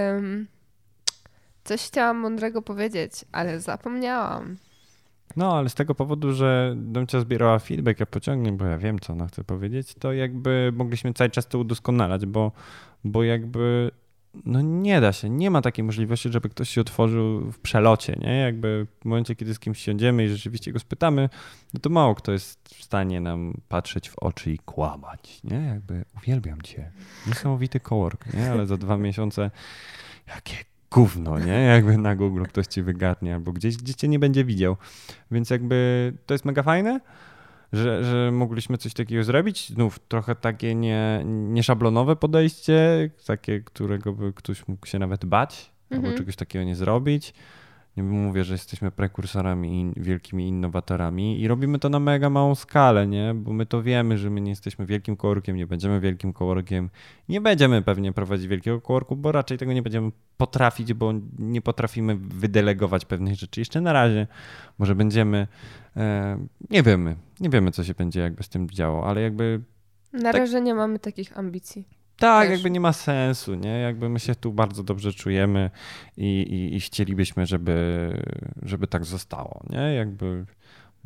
coś chciałam mądrego powiedzieć, ale zapomniałam. No, ale z tego powodu, że Domcia zbierała feedback, ja pociągnę, bo ja wiem, co ona chce powiedzieć, to jakby mogliśmy cały czas to udoskonalać, bo jakby no nie da się, nie ma takiej możliwości, żeby ktoś się otworzył w przelocie, nie? Jakby w momencie, kiedy z kimś siądziemy i rzeczywiście go spytamy, no to mało kto jest w stanie nam patrzeć w oczy i kłamać, nie? Jakby uwielbiam cię, niesamowity cowork, nie? Ale za 2 miesiące jakie gówno, nie? Jakby na Google ktoś ci wygadnie albo gdzieś cię nie będzie widział. Więc jakby to jest mega fajne, że mogliśmy coś takiego zrobić. Znów trochę takie nieszablonowe podejście, takie, którego by ktoś mógł się nawet bać albo czegoś takiego nie zrobić. Nie mówię, że jesteśmy prekursorami i wielkimi innowatorami i robimy to na mega małą skalę, nie? Bo my to wiemy, że my nie jesteśmy wielkim coworkiem, nie będziemy wielkim coworkiem, nie będziemy pewnie prowadzić wielkiego coworku, bo raczej tego nie będziemy potrafić, bo nie potrafimy wydelegować pewnych rzeczy. Jeszcze na razie może będziemy, nie wiemy co się będzie jakby z tym działo, ale jakby... Na razie nie mamy takich ambicji. Tak, jakby nie ma sensu, nie? Jakby my się tu bardzo dobrze czujemy i chcielibyśmy, żeby tak zostało, nie? Jakby,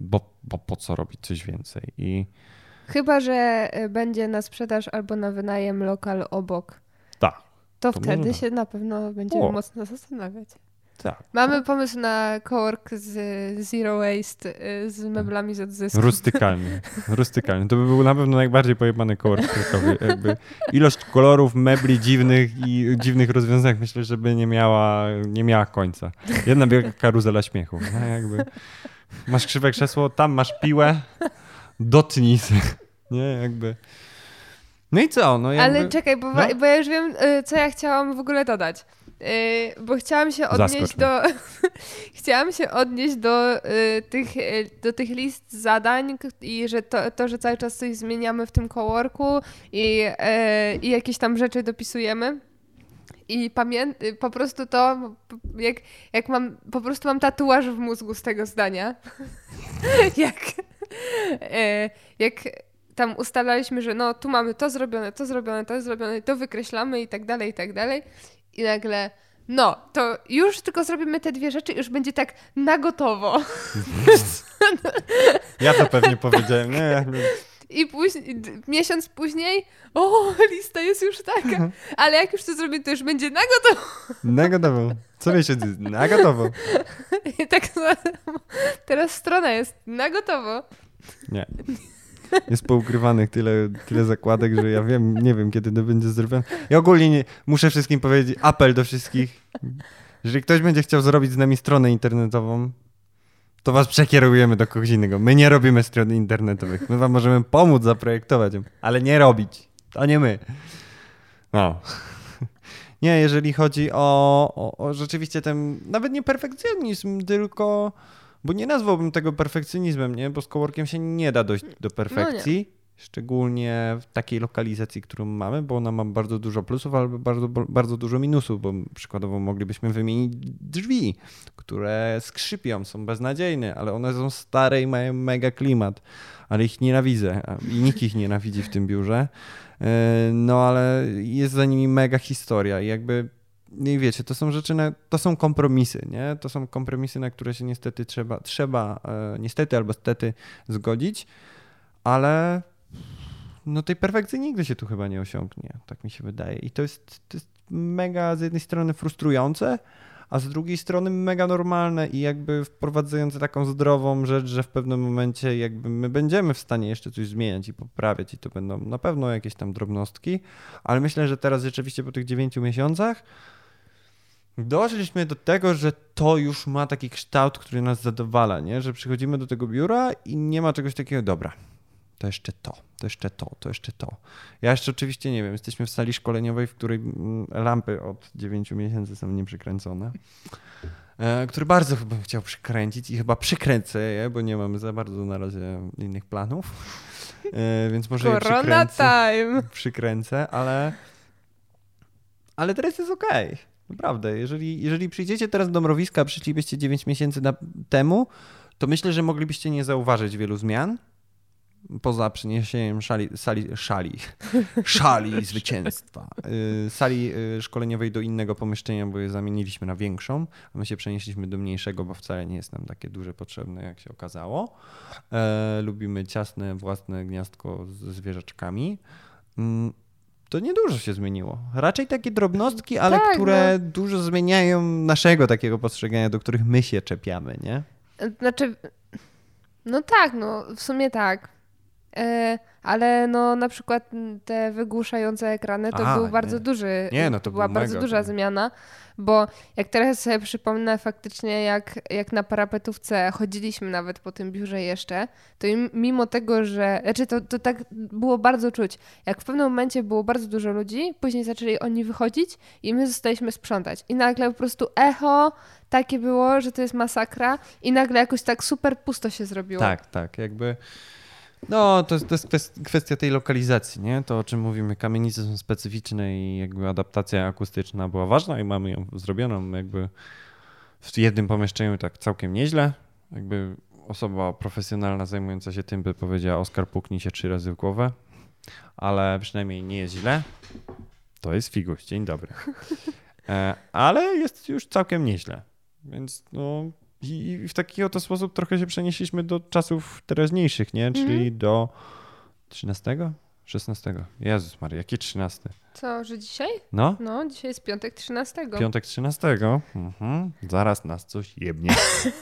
bo po co robić coś więcej? Chyba, że będzie na sprzedaż albo na wynajem lokal obok. Tak. To wtedy się na pewno będziemy mocno zastanawiać. Tak. Mamy pomysł na cowork z Zero Waste, z meblami z odzysku. Rustykalny. To by był na pewno najbardziej pojebany cowork krakowy. Jakby ilość kolorów, mebli dziwnych i dziwnych rozwiązań myślę, żeby nie miała końca. Jedna wielka karuzela śmiechu. No, jakby masz krzywe krzesło, tam masz piłę, dotknij się. Nie, jakby... No i co? No jakby... Ale czekaj, bo ja już wiem, co ja chciałam w ogóle dodać. Bo chciałam się odnieść do tych list zadań i że że cały czas coś zmieniamy w tym coworku i jakieś tam rzeczy dopisujemy. I po prostu to, jak po prostu mam tatuaż w mózgu z tego zdania. jak tam ustalaliśmy, że no tu mamy to zrobione, to wykreślamy i tak dalej, i tak dalej. I nagle, no, to już tylko zrobimy te dwie rzeczy, już będzie tak na gotowo. Ja to pewnie powiedziałem, nie? I miesiąc później, lista jest już taka. Ale jak już to zrobię, to już będzie na gotowo. Na gotowo. Co miesiąc jest na gotowo. I tak teraz strona jest na gotowo. Nie. Jest poukrywanych tyle zakładek, że ja nie wiem, kiedy to będzie zrobione. Ja ogólnie muszę wszystkim powiedzieć, apel do wszystkich. Jeżeli ktoś będzie chciał zrobić z nami stronę internetową, to was przekierujemy do kogoś innego. My nie robimy stron internetowych. My wam możemy pomóc zaprojektować ją, ale nie robić. To nie my. No. Nie, jeżeli chodzi o rzeczywiście ten, nawet nie perfekcjonizm, tylko... Bo nie nazwałbym tego perfekcjonizmem, nie? Bo z coworkiem się nie da dojść do perfekcji, szczególnie w takiej lokalizacji, którą mamy, bo ona ma bardzo dużo plusów, ale bardzo, bardzo dużo minusów, bo przykładowo moglibyśmy wymienić drzwi, które skrzypią, są beznadziejne, ale one są stare i mają mega klimat, ale ich nienawidzę i nikt ich nienawidzi w tym biurze, no ale jest za nimi mega historia i jakby... I wiecie, to są rzeczy, to są kompromisy, nie? To są kompromisy, na które się niestety trzeba niestety albo stety zgodzić, ale no tej perfekcji nigdy się tu chyba nie osiągnie, tak mi się wydaje. I to jest mega z jednej strony frustrujące, a z drugiej strony mega normalne i jakby wprowadzające taką zdrową rzecz, że w pewnym momencie jakby my będziemy w stanie jeszcze coś zmieniać i poprawiać i to będą na pewno jakieś tam drobnostki, ale myślę, że teraz rzeczywiście po tych 9 miesiącach doszliśmy do tego, że to już ma taki kształt, który nas zadowala, nie? Że przychodzimy do tego biura i nie ma czegoś takiego, dobra, to jeszcze to. Ja jeszcze oczywiście nie wiem, jesteśmy w sali szkoleniowej, w której lampy od 9 miesięcy są nieprzykręcone, który bardzo chyba chciał przykręcić i chyba przykręcę je, bo nie mamy za bardzo na razie innych planów, więc może Corona przykręcę, ale teraz jest okej. Naprawdę, jeżeli przyjdziecie teraz do mrowiska, przyszlibyście 9 miesięcy temu, to myślę, że moglibyście nie zauważyć wielu zmian. Poza przeniesieniem szali zwycięstwa, sali szkoleniowej do innego pomieszczenia, bo je zamieniliśmy na większą, a my się przenieśliśmy do mniejszego, bo wcale nie jest nam takie duże potrzebne, jak się okazało. Lubimy ciasne, własne gniazdko ze zwierzaczkami. To niedużo się zmieniło. Raczej takie drobnostki, ale tak, które dużo zmieniają naszego takiego postrzegania, do których my się czepiamy, nie? Znaczy, no tak, no w sumie tak. Ale no na przykład te wygłuszające ekrany to był bardzo duży, to była bardzo duża zmiana, bo jak teraz sobie przypomnę faktycznie jak na parapetówce chodziliśmy nawet po tym biurze jeszcze, to mimo tego, że, to tak było bardzo czuć, jak w pewnym momencie było bardzo dużo ludzi, później zaczęli oni wychodzić i my zostaliśmy sprzątać i nagle po prostu echo takie było, że to jest masakra i nagle jakoś tak super pusto się zrobiło. Tak, jakby... No, to jest kwestia tej lokalizacji, nie? To, o czym mówimy, kamienice są specyficzne i jakby adaptacja akustyczna była ważna i mamy ją zrobioną jakby w jednym pomieszczeniu tak całkiem nieźle. Jakby osoba profesjonalna zajmująca się tym by powiedziała: Oskar, puknij się 3 razy w głowę, ale przynajmniej nie jest źle. To jest figuś, dzień dobry. Ale jest już całkiem nieźle, więc no I w taki oto sposób trochę się przenieśliśmy do czasów teraźniejszych, nie? Czyli do 13? 16. Jezus Maria, jakie 13? Co, że dzisiaj? No? No, dzisiaj jest piątek 13. Piątek 13. Zaraz nas coś jebnie.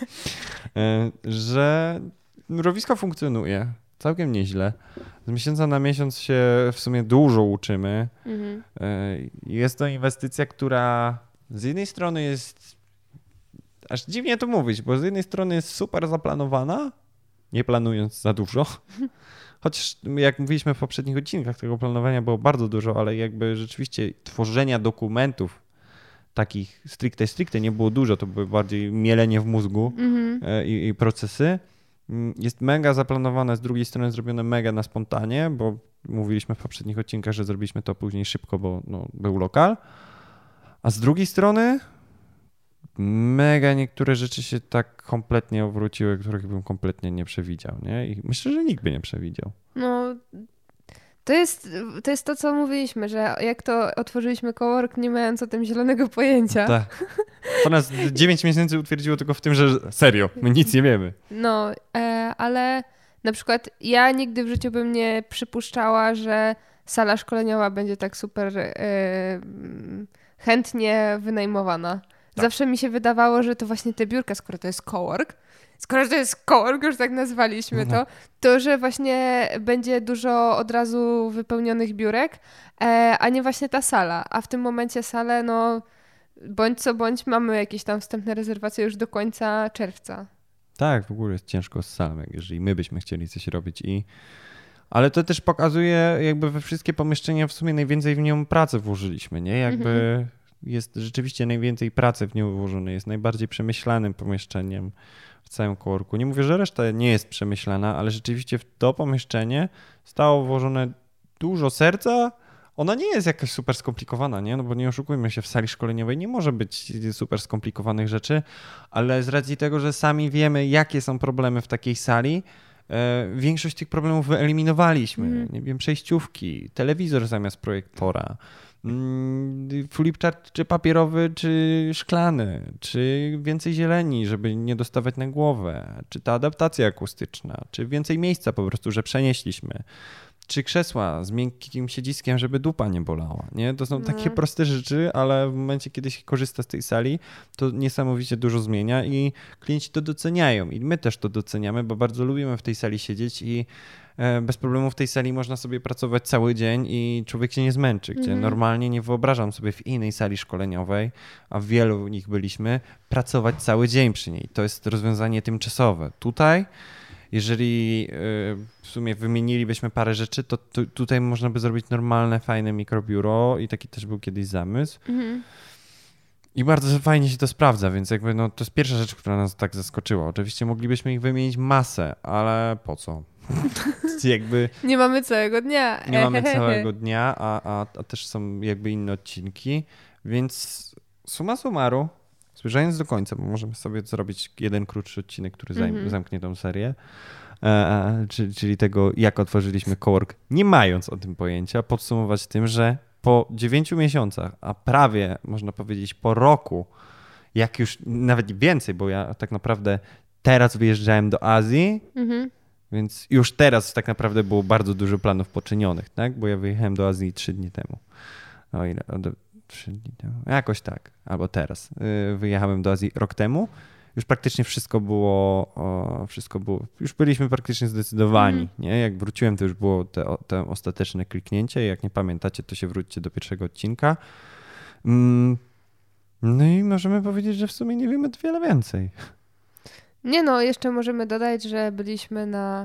Że mrowisko funkcjonuje całkiem nieźle. Z miesiąca na miesiąc się w sumie dużo uczymy. Jest to inwestycja, która z jednej strony jest, aż dziwnie to mówić, bo z jednej strony jest super zaplanowana, nie planując za dużo. Chociaż jak mówiliśmy w poprzednich odcinkach, tego planowania było bardzo dużo, ale jakby rzeczywiście tworzenia dokumentów takich stricte nie było dużo, to były bardziej mielenie w mózgu i procesy. Jest mega zaplanowane, z drugiej strony zrobione mega na spontanie, bo mówiliśmy w poprzednich odcinkach, że zrobiliśmy to później szybko, bo był lokal. A z drugiej strony mega niektóre rzeczy się tak kompletnie obróciły, których bym kompletnie nie przewidział, nie? I myślę, że nikt by nie przewidział. No, to jest to, co mówiliśmy, że jak to otworzyliśmy cowork, nie mając o tym zielonego pojęcia. Tak. To nas 9 miesięcy utwierdziło tylko w tym, że serio, my nic nie wiemy. No, ale na przykład ja nigdy w życiu bym nie przypuszczała, że sala szkoleniowa będzie tak super chętnie wynajmowana. Tak. Zawsze mi się wydawało, że to właśnie te biurka, skoro to jest cowork, już tak nazwaliśmy to, że właśnie będzie dużo od razu wypełnionych biurek, a nie właśnie ta sala. A w tym momencie salę, no bądź co bądź, mamy jakieś tam wstępne rezerwacje już do końca czerwca. Tak, w ogóle jest ciężko z salą, jeżeli my byśmy chcieli coś robić ale to też pokazuje, jakby we wszystkie pomieszczenia w sumie najwięcej w nią pracy włożyliśmy, nie? Jakby jest rzeczywiście najwięcej pracy w nią włożone, jest najbardziej przemyślanym pomieszczeniem w całym coworku. Nie mówię, że reszta nie jest przemyślana, ale rzeczywiście w to pomieszczenie zostało włożone dużo serca. Ona nie jest jakaś super skomplikowana, nie? No bo nie oszukujmy się, w sali szkoleniowej nie może być super skomplikowanych rzeczy, ale z racji tego, że sami wiemy, jakie są problemy w takiej sali, większość tych problemów wyeliminowaliśmy. Nie wiem, przejściówki, telewizor zamiast projektora, flipchart czy papierowy, czy szklany, czy więcej zieleni, żeby nie dostawać na głowę, czy ta adaptacja akustyczna, czy więcej miejsca po prostu, że przenieśliśmy, czy krzesła z miękkim siedziskiem, żeby dupa nie bolała. Nie? To są takie proste rzeczy, ale w momencie, kiedy się korzysta z tej sali, to niesamowicie dużo zmienia i klienci to doceniają i my też to doceniamy, bo bardzo lubimy w tej sali siedzieć i bez problemu w tej sali można sobie pracować cały dzień i człowiek się nie zmęczy, gdzie normalnie nie wyobrażam sobie w innej sali szkoleniowej, a w wielu nich byliśmy, pracować cały dzień przy niej. To jest rozwiązanie tymczasowe. Tutaj, jeżeli w sumie wymienilibyśmy parę rzeczy, to tutaj można by zrobić normalne, fajne mikrobiuro i taki też był kiedyś zamysł. I bardzo fajnie się to sprawdza, więc jakby to jest pierwsza rzecz, która nas tak zaskoczyła. Oczywiście moglibyśmy ich wymienić masę, ale po co? Jakby nie mamy całego dnia. Nie mamy całego dnia, a też są jakby inne odcinki, więc summa summarum, zmierzając do końca, bo możemy sobie zrobić jeden krótszy odcinek, który zamknie tą serię, czyli tego, jak otworzyliśmy cowork, nie mając o tym pojęcia, podsumować tym, że po 9 miesiącach, a prawie można powiedzieć po roku, jak już nawet więcej, bo ja tak naprawdę teraz wyjeżdżałem do Azji, więc już teraz tak naprawdę było bardzo dużo planów poczynionych, tak? Bo ja wyjechałem do Azji 3 dni temu. O ile? 3 dni temu? Jakoś tak. Albo teraz. Wyjechałem do Azji rok temu. Już praktycznie wszystko było, już byliśmy praktycznie zdecydowani. Nie? Jak wróciłem, to już było te ostateczne kliknięcie. Jak nie pamiętacie, to się wróćcie do pierwszego odcinka. No i możemy powiedzieć, że w sumie nie wiemy wiele więcej. Nie no, jeszcze możemy dodać, że byliśmy na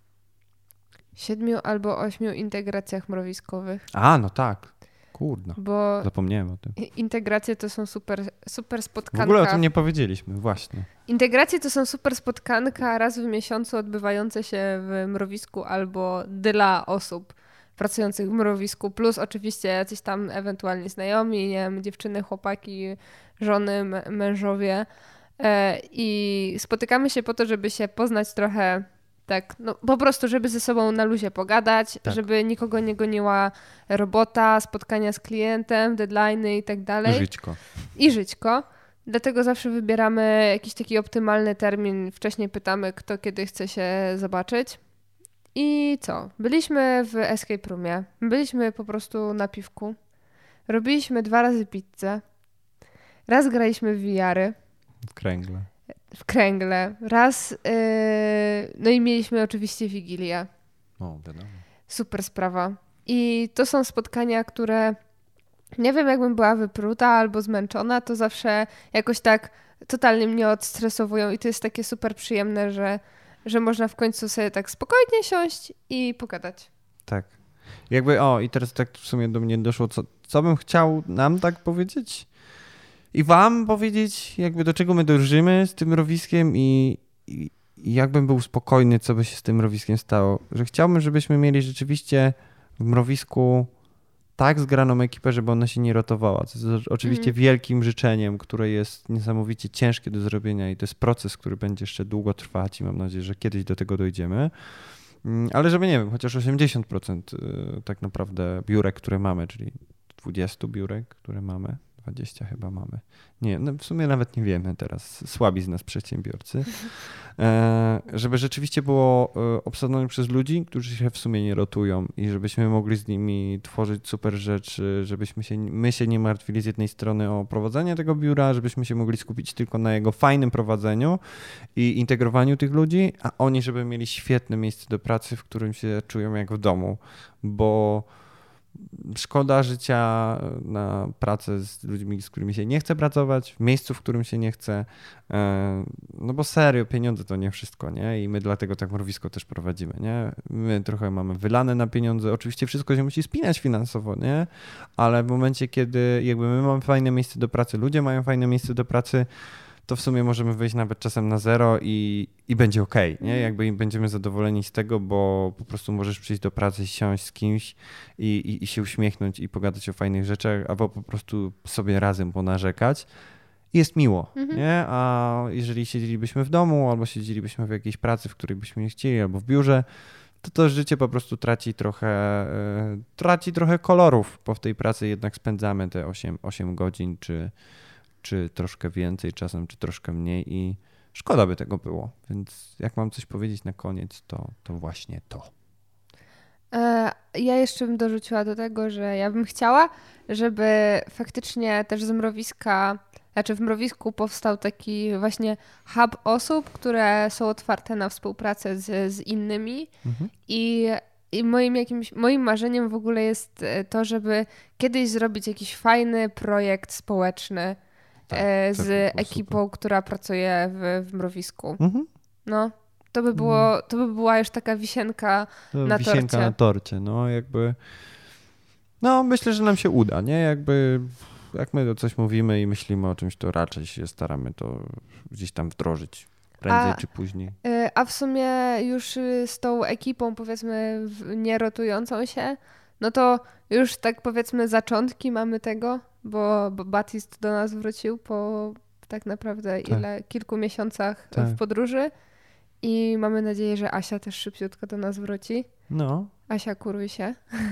7 albo 8 integracjach mrowiskowych. A, no tak. Kurno, bo zapomniałem o tym. Integracje to są super spotkanka. W ogóle o tym nie powiedzieliśmy, właśnie. Integracje to są super spotkanka raz w miesiącu odbywające się w mrowisku albo dla osób pracujących w mrowisku, plus oczywiście jacyś tam ewentualnie znajomi, nie wiem, dziewczyny, chłopaki, żony, mężowie. I spotykamy się po to, żeby się poznać trochę tak, no po prostu, żeby ze sobą na luzie pogadać, tak. Żeby nikogo nie goniła robota, spotkania z klientem, deadline'y i tak dalej. Żyćko. I żyćko. Dlatego zawsze wybieramy jakiś taki optymalny termin. Wcześniej pytamy, kto kiedy chce się zobaczyć. I co? Byliśmy w escape roomie. Byliśmy po prostu na piwku. Robiliśmy 2 razy pizzę. Raz graliśmy w VR-y. W kręgle. Raz, no i mieliśmy oczywiście Wigilię. O, wiadomo. Super sprawa. I to są spotkania, które nie wiem, jakbym była wypruta albo zmęczona, to zawsze jakoś tak totalnie mnie odstresowują i to jest takie super przyjemne, że można w końcu sobie tak spokojnie siąść i pogadać. Tak. Jakby, i teraz tak w sumie do mnie doszło, co bym chciał nam tak powiedzieć i wam powiedzieć, jakby do czego my dążymy z tym mrowiskiem i jakbym był spokojny, co by się z tym mrowiskiem stało. Że chciałbym, żebyśmy mieli rzeczywiście w mrowisku tak zgraną ekipę, żeby ona się nie rotowała. To jest oczywiście wielkim życzeniem, które jest niesamowicie ciężkie do zrobienia i to jest proces, który będzie jeszcze długo trwać i mam nadzieję, że kiedyś do tego dojdziemy. Ale żeby, nie wiem, chociaż 80% tak naprawdę biurek, które mamy, czyli 20 biurek, które mamy, 20 chyba mamy. Nie, no w sumie nawet nie wiemy teraz, słabi z nas przedsiębiorcy. Żeby rzeczywiście było obsadzone przez ludzi, którzy się w sumie nie rotują i żebyśmy mogli z nimi tworzyć super rzeczy, żebyśmy my się nie martwili z jednej strony o prowadzenie tego biura, żebyśmy się mogli skupić tylko na jego fajnym prowadzeniu i integrowaniu tych ludzi, a oni żeby mieli świetne miejsce do pracy, w którym się czują jak w domu, bo szkoda życia na pracę z ludźmi, z którymi się nie chce pracować, w miejscu, w którym się nie chce, no bo serio, pieniądze to nie wszystko, nie? I my dlatego tak mrowisko też prowadzimy, nie? My trochę mamy wylane na pieniądze, oczywiście wszystko się musi spinać finansowo, nie? Ale w momencie, kiedy jakby my mamy fajne miejsce do pracy, ludzie mają fajne miejsce do pracy, to w sumie możemy wyjść nawet czasem na zero i będzie okej, nie? Jakby będziemy zadowoleni z tego, bo po prostu możesz przyjść do pracy, siąść z kimś i się uśmiechnąć i pogadać o fajnych rzeczach, albo po prostu sobie razem ponarzekać. I jest miło, nie? A jeżeli siedzielibyśmy w domu, albo siedzielibyśmy w jakiejś pracy, w której byśmy nie chcieli, albo w biurze, to życie po prostu traci trochę kolorów, bo w tej pracy jednak spędzamy te 8 godzin, czy troszkę więcej czasem, czy troszkę mniej i szkoda by tego było. Więc jak mam coś powiedzieć na koniec, to właśnie to. Ja jeszcze bym dorzuciła do tego, że ja bym chciała, żeby faktycznie też z mrowiska, znaczy w mrowisku powstał taki właśnie hub osób, które są otwarte na współpracę z innymi i moim marzeniem w ogóle jest to, żeby kiedyś zrobić jakiś fajny projekt społeczny, z ekipą, super, która pracuje w mrowisku. No, to by była już taka wisienka na torcie. Wisienka na torcie, no jakby. No myślę, że nam się uda, nie? Jakby jak my o coś mówimy i myślimy o czymś, to raczej się staramy to gdzieś tam wdrożyć prędzej czy później. A w sumie już z tą ekipą, powiedzmy, nie rotującą się, no to już tak powiedzmy zaczątki mamy tego, bo Batist do nas wrócił po tak naprawdę kilku miesiącach w podróży i mamy nadzieję, że Asia też szybciutko do nas wróci. No. Asia, kuruj się.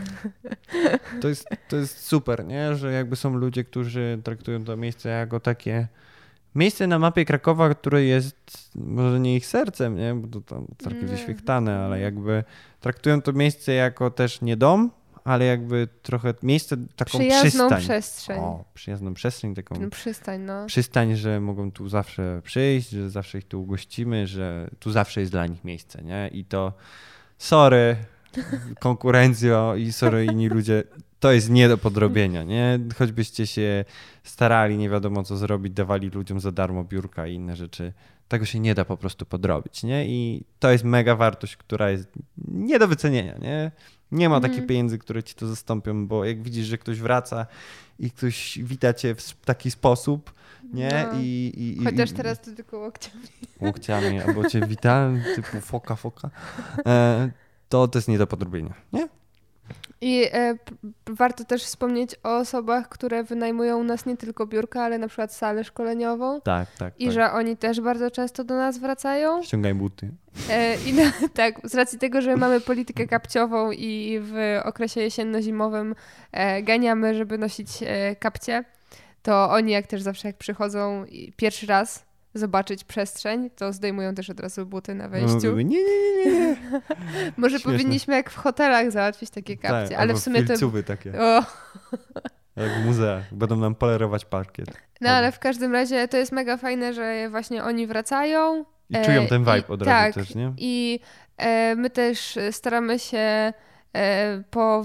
To jest super, nie? Że jakby są ludzie, którzy traktują to miejsce jako takie miejsce na mapie Krakowa, które jest może nie ich sercem, nie? Bo to tam całkiem wyświechtane, ale jakby traktują to miejsce jako też nie dom, ale jakby trochę miejsce, taką przyjazną przystań. Przestrzeń. Przyjazną przestrzeń, taką przystań, no. Przystań, że mogą tu zawsze przyjść, że zawsze ich tu ugościmy, że tu zawsze jest dla nich miejsce, nie? I to sorry, konkurencjo i sorry inni ludzie, to jest nie do podrobienia, nie? Choćbyście się starali, nie wiadomo co zrobić, dawali ludziom za darmo biurka i inne rzeczy, tego się nie da po prostu podrobić, nie? I to jest mega wartość, która jest nie do wycenienia, nie? Nie ma takich pieniędzy, które ci to zastąpią, bo jak widzisz, że ktoś wraca i ktoś wita cię w taki sposób, nie? No. Chociaż teraz to tylko łokciami. Łokciami, albo cię wita, typu foka, to jest nie do podrobienia, nie? I warto też wspomnieć o osobach, które wynajmują u nas nie tylko biurka, ale na przykład salę szkoleniową. Tak. I że oni też bardzo często do nas wracają. Ściągaj buty. Tak, z racji tego, że mamy politykę kapciową i w okresie jesienno-zimowym ganiamy, żeby nosić kapcie, to oni jak też zawsze jak przychodzą pierwszy raz zobaczyć przestrzeń, to zdejmują też od razu buty na wejściu. Nie. Może Śmieszne. powinniśmy jak w hotelach załatwić takie kapcie, Tak, ale albo w sumie to... filcuwy takie, O, jak w muzeach. Będą nam polerować parkiet. no ale w każdym razie to jest mega fajne, że właśnie oni wracają. I czują ten vibe i- od razu tak, też, nie? I my też staramy się po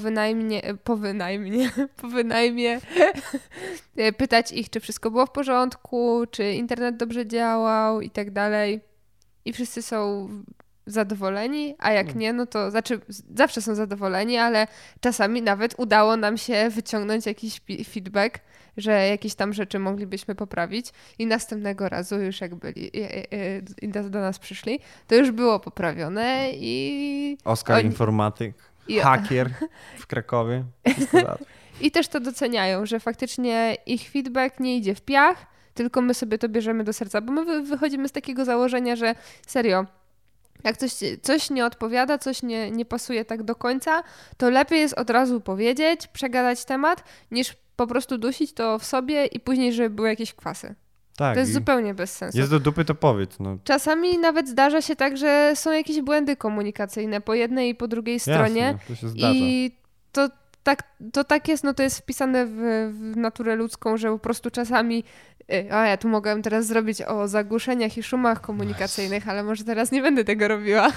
wynajmie pytać ich, czy wszystko było w porządku, czy internet dobrze działał i tak dalej. I wszyscy są zadowoleni, a jak nie, no to znaczy zawsze są zadowoleni, ale czasami nawet udało nam się wyciągnąć jakiś feedback, że jakieś tam rzeczy moglibyśmy poprawić i następnego razu już jak byli i do nas przyszli, to już było poprawione i Oskar informatyk, hakier w Krakowie. I też to doceniają, że faktycznie ich feedback nie idzie w piach, tylko my sobie to bierzemy do serca, bo my wychodzimy z takiego założenia, że serio, jak coś nie odpowiada, coś nie pasuje tak do końca, to lepiej jest od razu powiedzieć, przegadać temat, niż po prostu dusić to w sobie i później, żeby były jakieś kwasy. Tak, To jest zupełnie bez sensu. jest do dupy, to powiedz. No. Czasami nawet zdarza się tak, że są jakieś błędy komunikacyjne po jednej i po drugiej stronie. Jasne, to się zdarza. I to tak jest, no to jest wpisane w naturę ludzką, że po prostu czasami ja tu mogłem teraz zrobić o zagłuszeniach i szumach komunikacyjnych, ale może teraz nie będę tego robiła.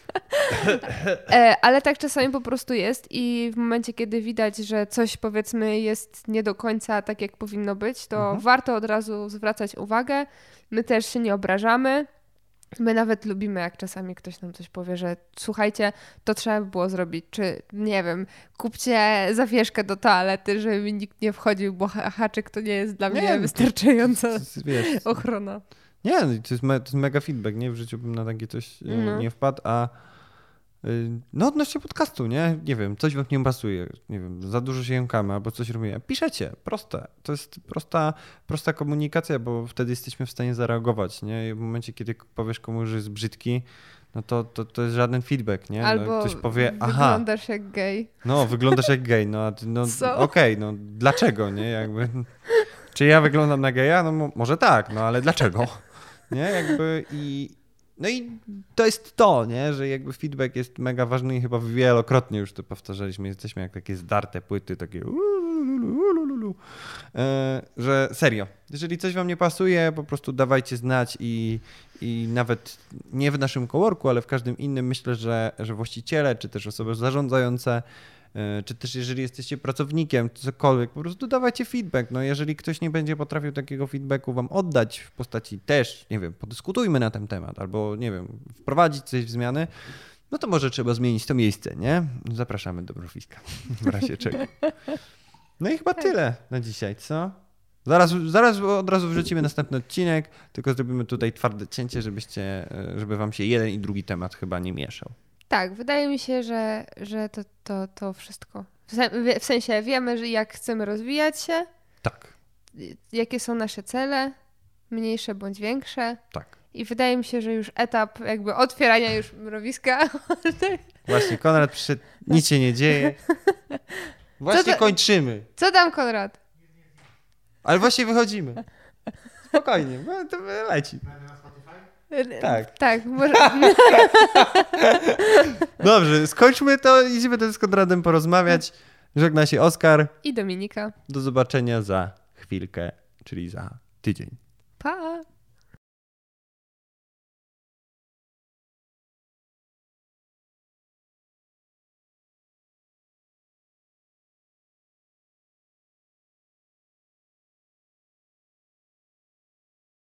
Ale tak czasami po prostu jest i w momencie, kiedy widać, że coś powiedzmy jest nie do końca tak, jak powinno być, to warto od razu zwracać uwagę. My też się nie obrażamy. My nawet lubimy, jak czasami ktoś nam coś powie, że słuchajcie, to trzeba by było zrobić, czy nie wiem, kupcie zawieszkę do toalety, żeby mi nikt nie wchodził, bo haczyk to nie jest dla mnie wystarczająca ochrona. Nie, to jest mega feedback, nie? W życiu bym na takie coś nie wpadł, a no odnośnie podcastu, nie? Nie wiem, coś wam nie pasuje, nie wiem, za dużo się jąkamy albo coś robimy. Piszecie, proste. To jest prosta komunikacja, bo wtedy jesteśmy w stanie zareagować, nie? I w momencie, kiedy powiesz komuś, że jest brzydki, no to jest żaden feedback, nie? Albo no, ktoś powie, wyglądasz jak gej. No, wyglądasz jak gej, no, okej, no dlaczego, nie? Jakby, czy ja wyglądam na geja? No może tak, no ale dlaczego? Nie? Jakby No i to jest to, nie? Że jakby feedback jest mega ważny i chyba wielokrotnie już to powtarzaliśmy. Jesteśmy jak takie zdarte płyty, takie że serio, jeżeli coś wam nie pasuje, po prostu dawajcie znać i nawet nie w naszym coworku, ale w każdym innym myślę, że właściciele, czy też osoby zarządzające, czy też jeżeli jesteście pracownikiem, cokolwiek, po prostu dawajcie feedback. No jeżeli ktoś nie będzie potrafił takiego feedbacku wam oddać w postaci też, nie wiem, podyskutujmy na ten temat, albo nie wiem, wprowadzić coś w zmiany, no to może trzeba zmienić to miejsce, nie? Zapraszamy do Mrowiska, w razie czego. No i chyba tyle na dzisiaj, co? Zaraz od razu wrzucimy następny odcinek, tylko zrobimy tutaj twarde cięcie, żeby wam się jeden i drugi temat chyba nie mieszał. Tak, wydaje mi się, że to wszystko. W sensie wiemy, że jak chcemy rozwijać się, Tak. jakie są nasze cele, mniejsze bądź większe. Tak. I wydaje mi się, że już etap jakby otwierania już mrowiska. Właśnie, Konrad przyszedł, nic się nie dzieje. Właśnie kończymy. Co tam, Konrad? Ale właśnie wychodzimy. Spokojnie, to leci. Tak. Tak, może... Dobrze, skończmy to, idziemy teraz z Konradem porozmawiać. Żegna się Oskar. I Dominika. Do zobaczenia za chwilkę, czyli za tydzień. Pa!